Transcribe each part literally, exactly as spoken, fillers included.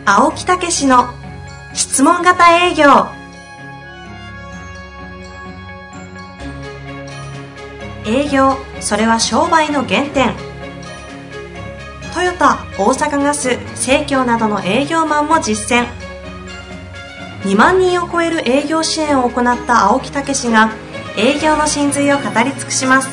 青木武氏の質問型営業。営業、それは商売の原点。トヨタ、大阪ガス、生協などの営業マンも実践。にまんにんを超える営業支援を行った青木武氏が営業の真髄を語り尽くします。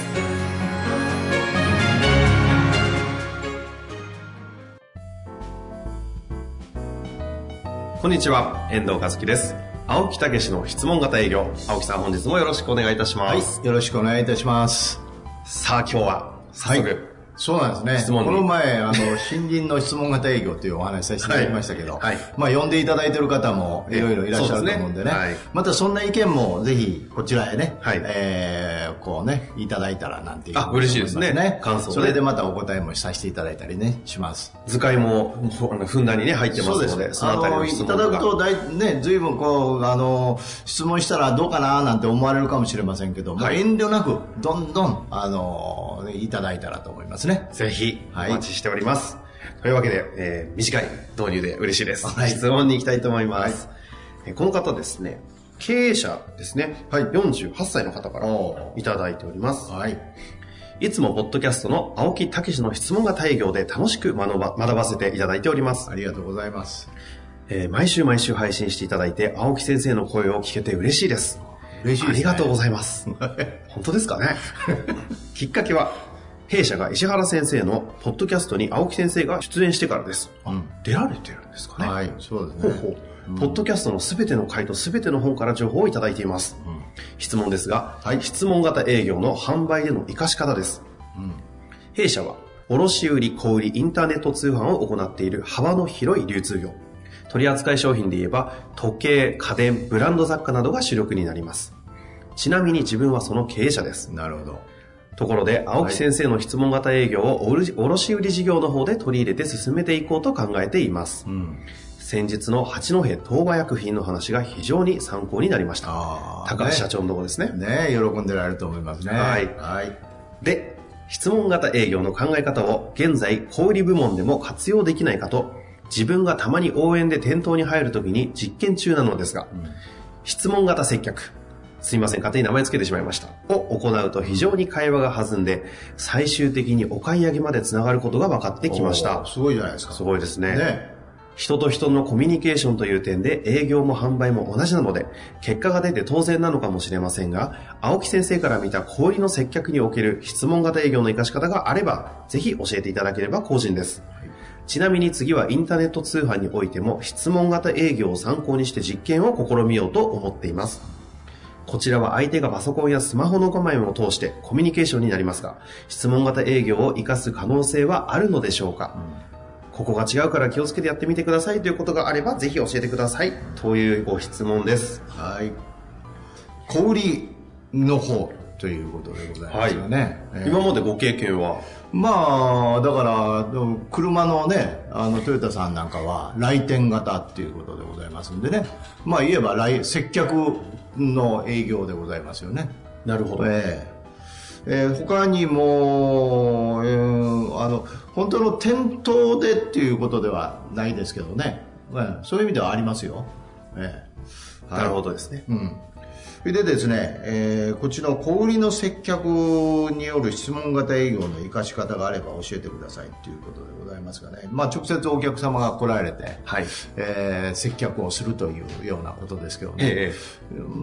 こんにちは、遠藤和樹です。青木武の質問型営業。青木さん、本日もよろしくお願いいたします。 はい、よろしくお願いいたします。 さあ、今日は早速、はい、 そうなんですね。質問この前、あの、森林の質問型営業というお話させていただきましたけど、はいはい、まあ、呼んでいただいている方もいろいろいらっしゃると思うんでね。でねはい、またそんな意見もぜひ、こちらへね、はい、えー、こうね、いただいたらなんていう、ね。 あ、嬉しいですね。感想ね。 それでまたお答えもさせていただいたりね、します。 図解も、ふんだんにね、入ってますので、そうですそのあたりの質問とか。いただくと、だい、ね、随分こう、あの、質問したらどうかななんて思われるかもしれませんけど、はい、遠慮なく、どんどん、あの、いただいたらと思いますね。 ぜひ、お待ちしております。はい、というわけで、えー、短い導入で嬉しいです。はい、質問に行きたいと思います。はい、この方ですね、経営者ですね。はい、よんじゅうはっさいの方からいただいております。はい。いつもポッドキャストの青木武の質問型営業で楽しく学ば、学ばせていただいております。 ありがとうございます。 えー、毎週毎週配信していただいて、青木先生の声を聞けて嬉しいです。 嬉しいですね。 ありがとうございます。本当ですかね。きっかけは、弊社が石原先生のポッドキャストに青木先生が出演してからです。うん、出られてるんですかね。 はい、そうですね。ほうほううん、ポッドキャストのすべての回とすべての本から情報をいただいています。うん、質問ですが、はい、質問型営業の販売での活かし方です。うん、弊社は、卸売、小売、インターネット通販を行っている幅の広い流通業。取扱商品で言えば、時計、家電、ブランド雑貨などが主力になります。ちなみに自分はその経営者です。 なるほど。 ところで、青木先生の質問型営業を卸売事業の方で取り入れて進めていこうと考えています。うん、先日の八戸東和薬品の話が非常に参考になりました。高橋社長のところですね。 ね、喜んでられると思いますね。 はい。はい。で、質問型営業の考え方を現在小売部門でも活用できないかと、自分がたまに応援で店頭に入るときに実験中なのですが、うん、質問型接客。すいません、勝手に名前つけてしまいました。を行うと非常に会話が弾んで、最終的にお買い上げまでつながることが分かってきました。 すごいじゃないですか。 すごいですね。ね。人と人のコミュニケーションという点で営業も販売も同じなので、結果が出て当然なのかもしれませんが、青木先生から見た小売の接客における質問型営業の活かし方があれば、ぜひ教えていただければ幸甚です。はい、ちなみに次はインターネット通販においても質問型営業を参考にして実験を試みようと思っています。こちらは相手がパソコンやスマホの画面を通してコミュニケーションになりますが、質問型営業を活かす可能性はあるのでしょうか。うん、ここが違うから気をつけてやってみてくださいということがあればぜひ教えてくださいというご質問です。 はい。小売の方ということでございますよね。 はい、えー、今までご経験はまあだから車のね、あのトヨタさんなんかは来店型っていうことでございますんでね、まあ言えば来接客の営業でございますよね。 なるほど。 えーえー、他にも、えー、あの本当の店頭でっていうことではないですけどね、えー、そういう意味ではありますよ。えーはい、なるほどですね。うん。 それでですね、えー、こっちの小売の接客による質問型営業の活かし方があれば教えてくださいということでございますがね、まあ、直接お客様が来られて、はい、えー、接客をするというようなことですけどね、ええ、うん、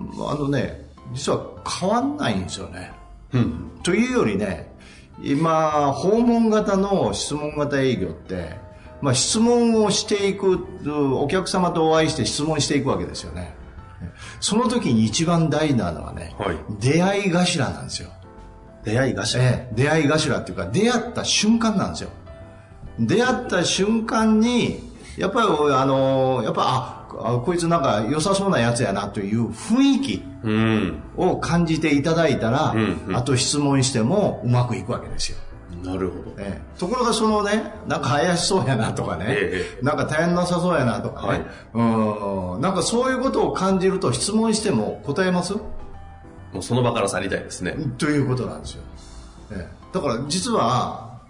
あのね、実は変わんないんですよね。うん、というよりね、今訪問型の質問型営業って、まあ、質問をしていく、お客様とお会いして質問していくわけですよね。その時に一番大事なのはね、はい、出会い頭なんですよ。 出会い頭、 ええ、出会い頭っていうか出会った瞬間なんですよ。出会った瞬間にやっぱりあのやっぱあこいつなんか良さそうなやつやなという雰囲気を感じていただいたら、うんうん、あと質問してもうまくいくわけですよ。 なるほど、 ええ、ところがそのね、なんか怪しそうやなとかね、ええ、なんか大変なさそうやなとかね、はい、うん、なんかそういうことを感じると質問しても答えます？ もうその場から去りたいですね。 ということなんですよ。ええ、だから実は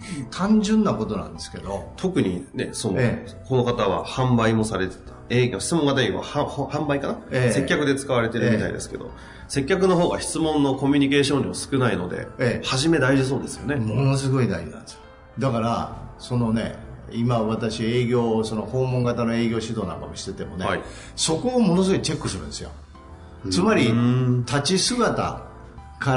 単純なことなんですけど。 特にね、その、 ええ、 この方は販売もされてた。営業、質問型営業は販売かな、ええ、接客で使われてるみたいですけど、ええ、接客の方が質問のコミュニケーション量少ないので、ええ、初め大事そうですよね。 ものすごい大事なんですよ。だから、そのね、今私営業、その訪問型の営業指導なんかもしててもね、はい、そこをものすごいチェックするんですよ。つまり、立ち姿から、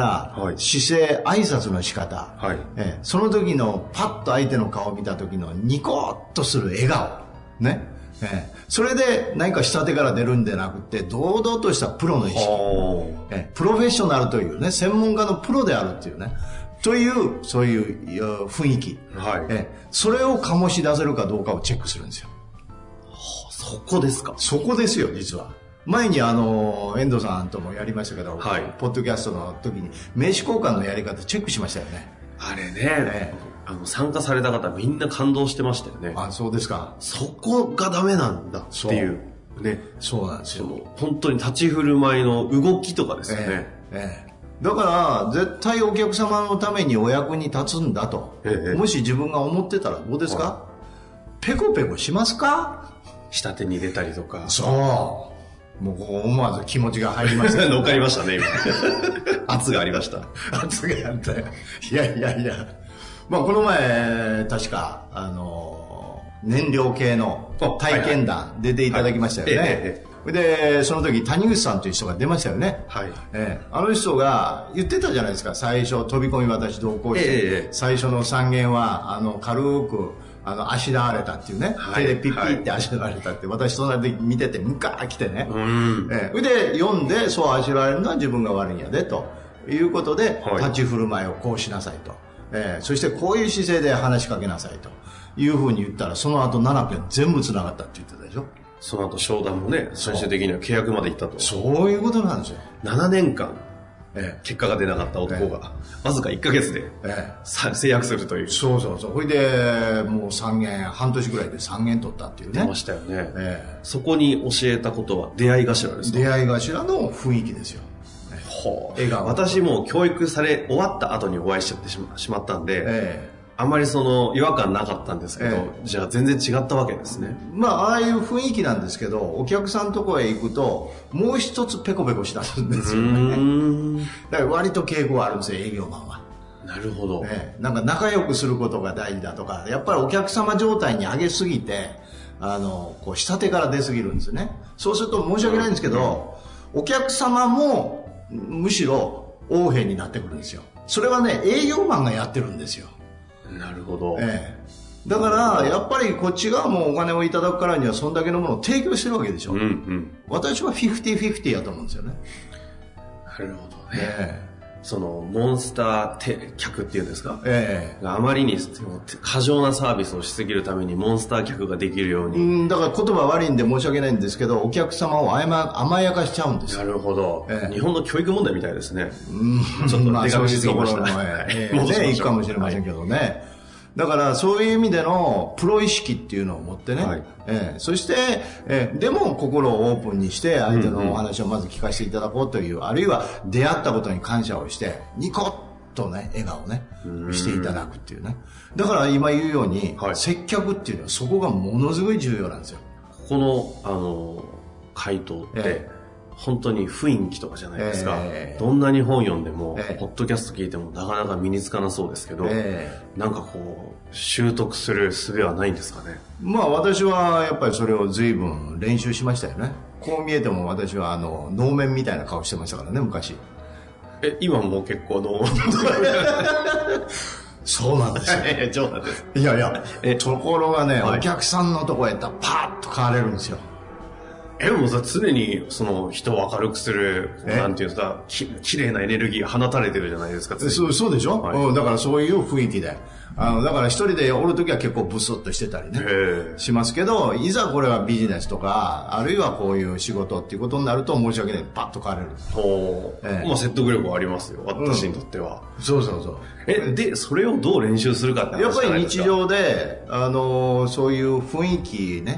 姿勢、挨拶の仕方、はい、えその時のパッと相手の顔を見た時のニコッとする笑顔、ね。えそれで何か下手から出るんでなくて、堂々としたプロの意識、えプロフェッショナルというね、専門家のプロであるっていうね、という、そういう雰囲気、はい、えそれを醸し出せるかどうかをチェックするんですよ。 はあ、そこですか。 そこですよ、実は。前にあの、遠藤さんともやりましたけど、はい、ポッドキャストの時に名刺交換のやり方チェックしましたよね。 あれね、ねあの参加された方みんな感動してましたよね。 あ、そうですか。 そこがダメなんだっていう。ね。 そうなんですよ。 本当に立ち振る舞いの動きとかですよね。ええええだから絶対お客様のためにお役に立つんだと、ええ、もし自分が思ってたらどうですか、はい、ペコペコしますか。 下手に入れたりとか。 そうもうこう思わず気持ちが入りました乗っかりましたね今圧がありました圧があったよ。いやいやいや、まあこの前確かあの燃料系の体験談出ていただきましたよね、はいはいはいええで、その時、谷口さんという人が出ましたよね。はい。えー、あの人が言ってたじゃないですか、最初、飛び込み私同行して、えー、最初のさん弦は、あの、軽く、あの、あしらわれたっていうね。はい、手でピッピってあしらわれたって、はい、私、隣で見てて、ムカー来てね。うん。えー、で、読んで、そうあしらわれるのは自分が悪いんやで、ということで、はい、立ち振る舞いをこうしなさいと。えー、そしてこういう姿勢で話しかけなさいというふうに言ったら、その後ななけん全部繋がったって言ってたでしょ。 その後商談もね、最終的には契約まで行ったと。 そういうことなんですよ。 ななねんかん、ええ、結果が出なかった男が、ええ、わずかいっかげつで、ええ、制約するという。 そうそうそう。ほいで、もうさん弦、半年ぐらいでさん弦取ったっていうね。 出ましたよね。ええ、そこに教えたことは出会い頭ですか？ 出会い頭の雰囲気ですよ。 ほう。私も教育され終わった後にお会いしちゃってし ま, しまったんで、ええあまりその違和感なかったんですけど、ええ、じゃあ全然違ったわけですね。 まあ、ああいう雰囲気なんですけど、お客さんのところへ行くと、もう一つペコペコしたんですよね。だから割と傾向があるんですよ、営業マンは。 なるほど。 ええ、なんか仲良くすることが大事だとか、やっぱりお客様状態に上げすぎて、あの、こう下手から出すぎるんですよね。そうすると申し訳ないんですけど、うん、お客様もむしろ横柄になってくるんですよ。それはね、営業マンがやってるんですよ。 なるほど、ええ、だからやっぱりこっち側もお金をいただくからにはそんだけのものを提供してるわけでしょ、うんうん、私はフィフティフィフティやと思うんですよね。 なるほどね、ええ、そのモンスター客っていうんですか、ええ、あまりに過剰なサービスをしすぎるためにモンスター客ができるように、 うんだから言葉悪いんで申し訳ないんですけど、お客様を甘やかしちゃうんですよ。 なるほど、ええ、日本の教育問題みたいですね。 うんちょっと出かけしすぎました。ええ、ね、いいかもしれませんけどね、はい、だからそういう意味でのプロ意識っていうのを持ってね、はいええ、そして、ええ、でも心をオープンにして相手のお話をまず聞かせていただこうという、うんうん、あるいは出会ったことに感謝をしてニコッとね笑顔ねしていただくっていうね。だから今言うように、はい、接客っていうのはそこがものすごい重要なんですよ。 ここのあの回答って、ええ本当に雰囲気とかじゃないですか、えー、どんなに本読んでも、えー、ポッドキャスト聞いてもなかなか身につかなそうですけど、えー、なんかこう習得する術はないんですかね。 まあ私はやっぱりそれを随分練習しましたよね。こう見えても私はあの能面みたいな顔してましたからね昔。 え今も結構能そうなんですよ冗談です。 いやいやえところがね、はい、お客さんのところへ行ったらパーッと変われるんですよ。 え、もうさ、常に、その、人を明るくする、なんていうんですか、き、綺麗なエネルギーが放たれてるじゃないですか。 そう、そうでしょ、はいうん、だからそういう雰囲気で。あの、だから一人でおるときは結構ブスッとしてたりね。しますけど、いざこれはビジネスとか、あるいはこういう仕事っていうことになると、申し訳ない。パッと変われる。 ほう。えー、まあ説得力はありますよ。私にとっては。 うん、そうそうそう。 え、で、それをどう練習するかって話じゃないですか。 やっぱり日常で、あの、そういう雰囲気ね。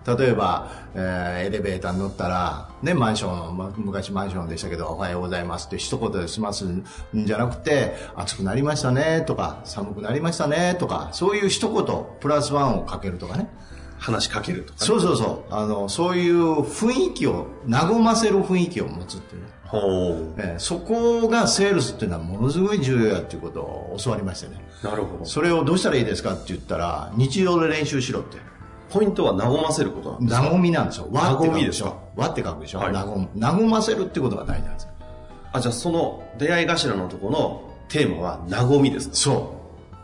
例えば、えー、エレベーターに乗ったら、ね、マンション、ま、昔マンションでしたけど、おはようございますって一言で済ますんじゃなくて、暑くなりましたねとか、寒くなりましたねとか、そういう一言、プラスワンをかけるとかね。 話しかけるとか、ね。 そうそうそう。あの、そういう雰囲気を、和ませる雰囲気を持つっていうね。 ほう。 えー、そこがセールスっていうのはものすごい重要やっていうことを教わりましてね。 なるほど。 それをどうしたらいいですかって言ったら、日常で練習しろって。 ポイントは和ませることなんですか？ 和みなんですよ。和って書くでしょ。和って書くでしょ。 はい、 和和ませるってことが大事なんですよ。 あ、じゃあその出会い頭のところのテーマは和みですか？ そう。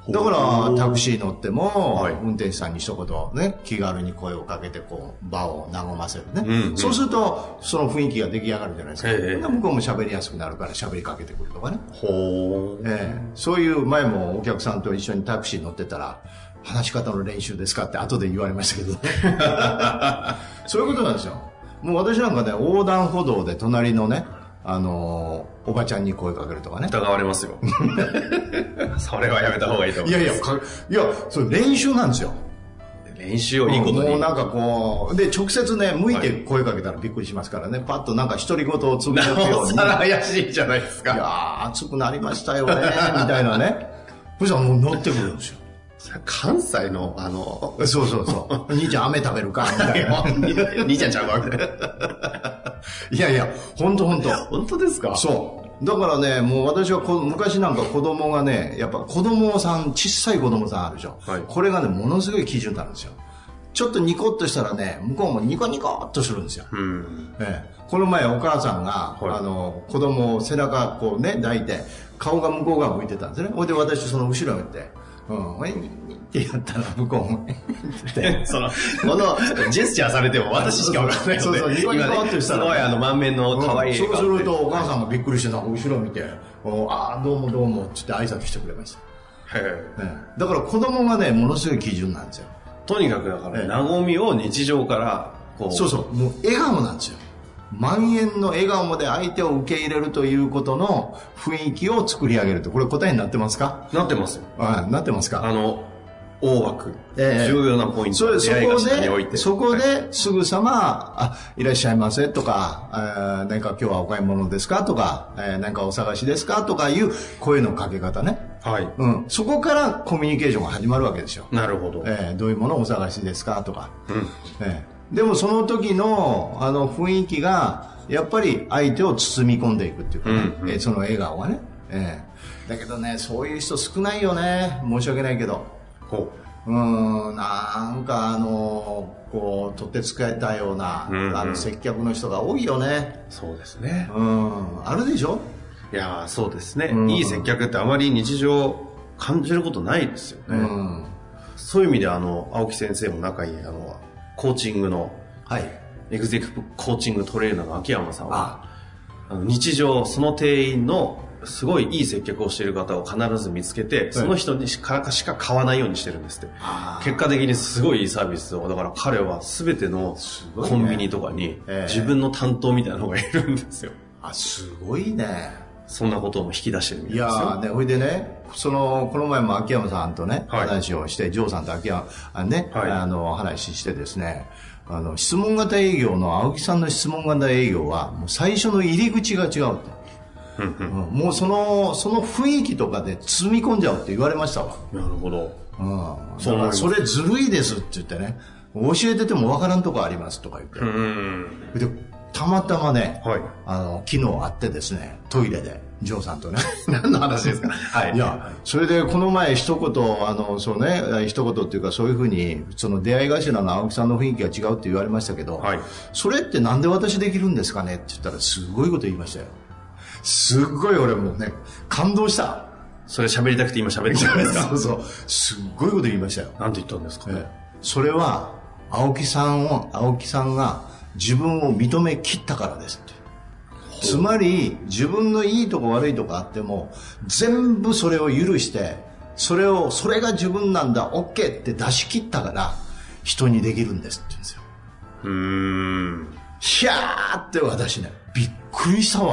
だからタクシー乗っても、 はい、 運転手さんに一言ね、気軽に声をかけてこう場を和ませるね、 うんうん、 そうするとその雰囲気が出来上がるじゃないですか。 ええ、 向こうも喋りやすくなるから喋りかけてくるとかね。 ほう、 ええ、そういう前もお客さんと一緒にタクシー乗ってたら、話し方の練習ですかって後で言われましたけどね。そういうことなんですよ。もう私なんかね、横断歩道で隣のね、あのー、おばちゃんに声かけるとかね。 疑われますよ。それはやめた方がいいと思う。 いやいや、かいや、それ練習なんですよ。 練習をいいことに。 もうなんかこう、で、直接ね、向いて声かけたらびっくりしますからね、はい、パッとなんか独り言をつぶやくように。 なおさら怪しいじゃないですか。 いやー、暑くなりましたよね、みたいなね。そしたらもう乗ってくるんですよ。 関西の、あの、 そうそうそう。兄ちゃん飴食べるかみたいな。 兄ちゃんちゃうかみたいな。 いやいや、ほんとほんと。 本当ですか？ そう。だからね、もう私はこ昔なんか子供がね、やっぱ子供さん、小さい子供さんあるでしょ。はい、これがね、ものすごい基準なんですよ。ちょっとニコッとしたらね、向こうもニコニコっとするんですよ。うんええ、この前お母さんが、はい、あの、子供を背中こうね、抱いて、顔が向こう側向いてたんですね。ほいで私その後ろを見て、うん、ってやったら向こうもそのこのジェスチャーされても私しか分からないので、 そうそうニコニコってしたら、 すごいあの満面の可愛い笑顔、うん、そうするとお母さんがびっくりしてなんか後ろ見て「ああどうもどうも」って言って挨拶してくれました。へえ、ね、だから子供がねものすごい基準なんですよ。 とにかくだから、和みを日常からこう、 そうそう、もう笑顔なんですよ。満円の笑顔で相手を受け入れるということの雰囲気を作り上げると。これ答えになってますか？ なってますよ。 ああ、なってますか？ あの大枠、えー、重要なポイント、 そ, そこでそこですぐさまあいらっしゃいませとか、えー、何か今日はお買い物ですかとか、えー、何かお探しですかとかいう声のかけ方ね、はいうん、そこからコミュニケーションが始まるわけですよ。 なるほど、 えー、どういうものをお探しですかとか、うんえー、でもその時のあの雰囲気がやっぱり相手を包み込んでいくっていうか、ねうんうんえー、その笑顔がね、えー、だけどねそういう人少ないよね。申し訳ないけどほううん、なんかあのこう取ってつけたような、うんうん、あの接客の人が多いよね。 そうですね。 うん、あるでしょ。 いやそうですね、うん、いい接客ってあまり日常感じることないですよね、うん、そういう意味であの青木先生も仲いいあのコーチングの、はい、エグゼクティブコーチングトレーナーの秋山さんはあの日常その店員のすごいいい接客をしている方を必ず見つけて、その人にしかしか買わないようにしてるんですって。結果的にすごいいいサービスを、だから彼は全てのコンビニとかに自分の担当みたいなのがいるんですよ。 あ、すごいね。 そんなことも引き出してるみたいですよ。 いやーね、ほいでね、その、この前も秋山さんとね、はい、話をして、ジョーさんと秋山、あのね、はい、あの、話してですね、あの、質問型営業の青木さんの質問型営業は、もう最初の入り口が違うと。うんうん、もうそのその雰囲気とかで包み込んじゃうって言われましたわ。 なるほど、 うん、だからそれずるいですって言ってね、教えててもわからんとこありますとか言って、うんでたまたまね、はい、あの昨日会ってですね、トイレでジョーさんとね何の話ですか？ はい、いやそれでこの前一言あのそうね一言っていうかそういうふうにその出会い頭の青木さんの雰囲気が違うって言われましたけど、はい、それってなんで私できるんですかねって言ったらすごいこと言いましたよ。すっごい俺もね感動した。 それ喋りたくて今喋ってるじゃないですか。 そうそう、すっごいこと言いましたよ。 なんて言ったんですかね。 それは青木さんを青木さんが自分を認めきったからですって。つまり自分のいいとこ悪いとこあっても全部それを許してそれをそれが自分なんだ OK って出し切ったから人にできるんですって言うんですよ。うーんひゃーって私ねびっくりしたわ。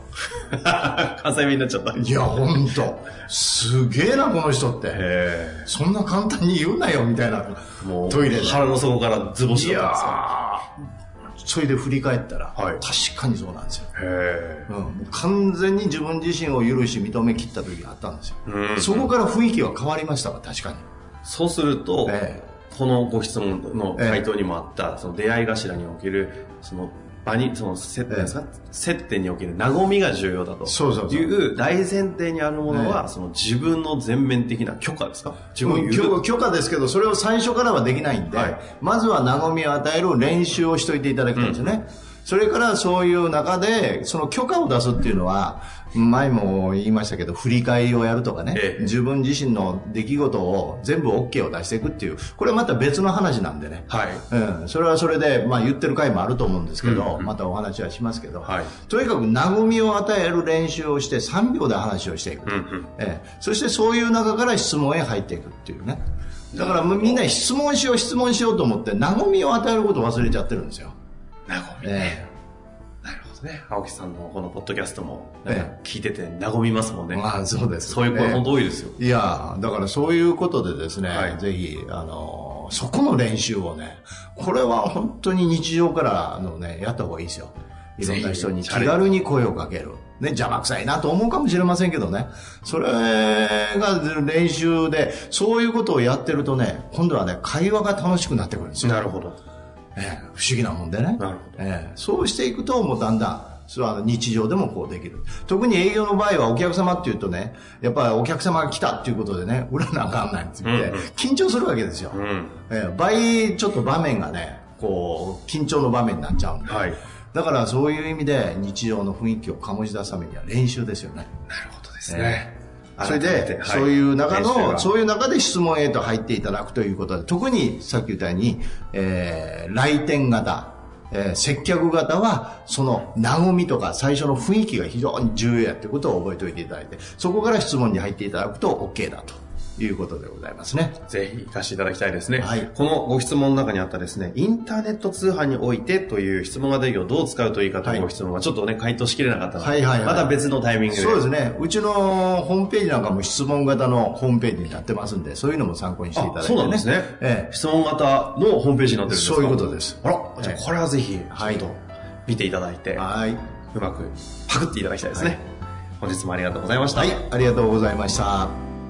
関西弁になっちゃった。 いや、ほんと。すげえな、この人って。 へそんな簡単に言うなよ、みたいな。 もう、 トイレで。 腹の底から図星いやだったんですーそれで振り返ったら、 はい確かにそうなんですよ。 へうん、もう完全に自分自身を許し認めきった時があったんですよ。 うんそこから雰囲気は変わりましたわ、確かに。 そうすると、 えこのご質問の回答にもあった、その出会い頭における、その場に、その接点ですか、接点における和みが重要だとそうそうそういう大前提にあるものは、 えその自分の全面的な許可ですか？自分をうん許許許可ですけど、それを最初からはできないんで、 はいまずは和みを与える練習をしといていただきたいんですよね。それからそういう中で、その許可を出すっていうのは、前も言いましたけど、振り返りをやるとかね、 ええ自分自身の出来事を全部 OK を出していくっていう、これはまた別の話なんでね。 はい。 うん、それはそれで、まあ言ってる回もあると思うんですけど、 うんうんまたお話はしますけど、 はいとにかく和みを与える練習をしてさんびょうで話をしていくと、 うんうんええ、そしてそういう中から質問へ入っていくっていうね。だからもうみんな質問しよう質問しようと思って和みを与えることを忘れちゃってるんですよ。 和みえね。なるほどね。青木さんのこのポッドキャストも、なんかえ聞いてて和みますもんね。 え、まあそうです。 そういう声ええ本当多いですよ。 いやだからそういうことでですね、 はいぜひ、あの、そこの練習をね、これは本当に日常からあのね、やった方がいいですよ。いろんな人に気軽に声をかける。ね、邪魔くさいなと思うかもしれませんけどね。それが練習で、そういうことをやってるとね、今度はね、会話が楽しくなってくるんですよ。 なるほど。 ええ、不思議なもんでね。 なるほどええ、そうしていくと、もうだんだん、それは日常でもこうできる。特に営業の場合はお客様っていうとね、やっぱりお客様が来たっていうことでね、売らなあかんないんですって、 うんうん緊張するわけですよ。 うん。 ええ、倍ちょっと場面がね、こう、緊張の場面になっちゃうんで。 はい。 だからそういう意味で日常の雰囲気を醸し出すためには練習ですよね。 なるほどですね。 それで、 はいそういう中の、 練習はそういう中で質問へと入っていただくということで、特にさっき言ったように、えー、来店型、えー、接客型は、その和みとか最初の雰囲気が非常に重要やということを覚えておいていただいて、そこから質問に入っていただくと OK だということでございますね。 ぜひ活かしていただきたいですね。 はいこのご質問の中にあったですね、インターネット通販においてという質問型営業をどう使うといいかというご質問はちょっとね、回答しきれなかったので、 はいはいはいまた別のタイミングで。 そうですね。うちのホームページなんかも質問型のホームページになってますんで、そういうのも参考にしていただいて、ね。 そうなんですね。 ええ。 質問型のホームページになってるんですか？ そういうことです。 あら、じゃあこれはぜひ、ちょはいっと見ていただいて、 はい。 うまくパクっていただきたいですね。本日もありがとうございました。 はい、ありがとうございました。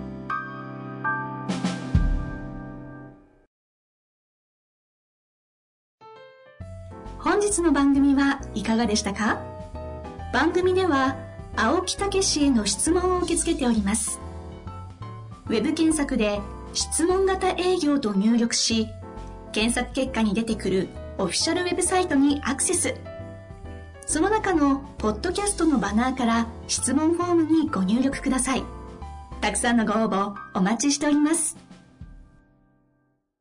本日の番組はいかがでしたか？番組では青木武氏への質問を受け付けております。ウェブ検索で質問型営業と入力し、検索結果に出てくるオフィシャルウェブサイトにアクセス。その中のポッドキャストのバナーから質問フォームにご入力ください。たくさんのご応募お待ちしております。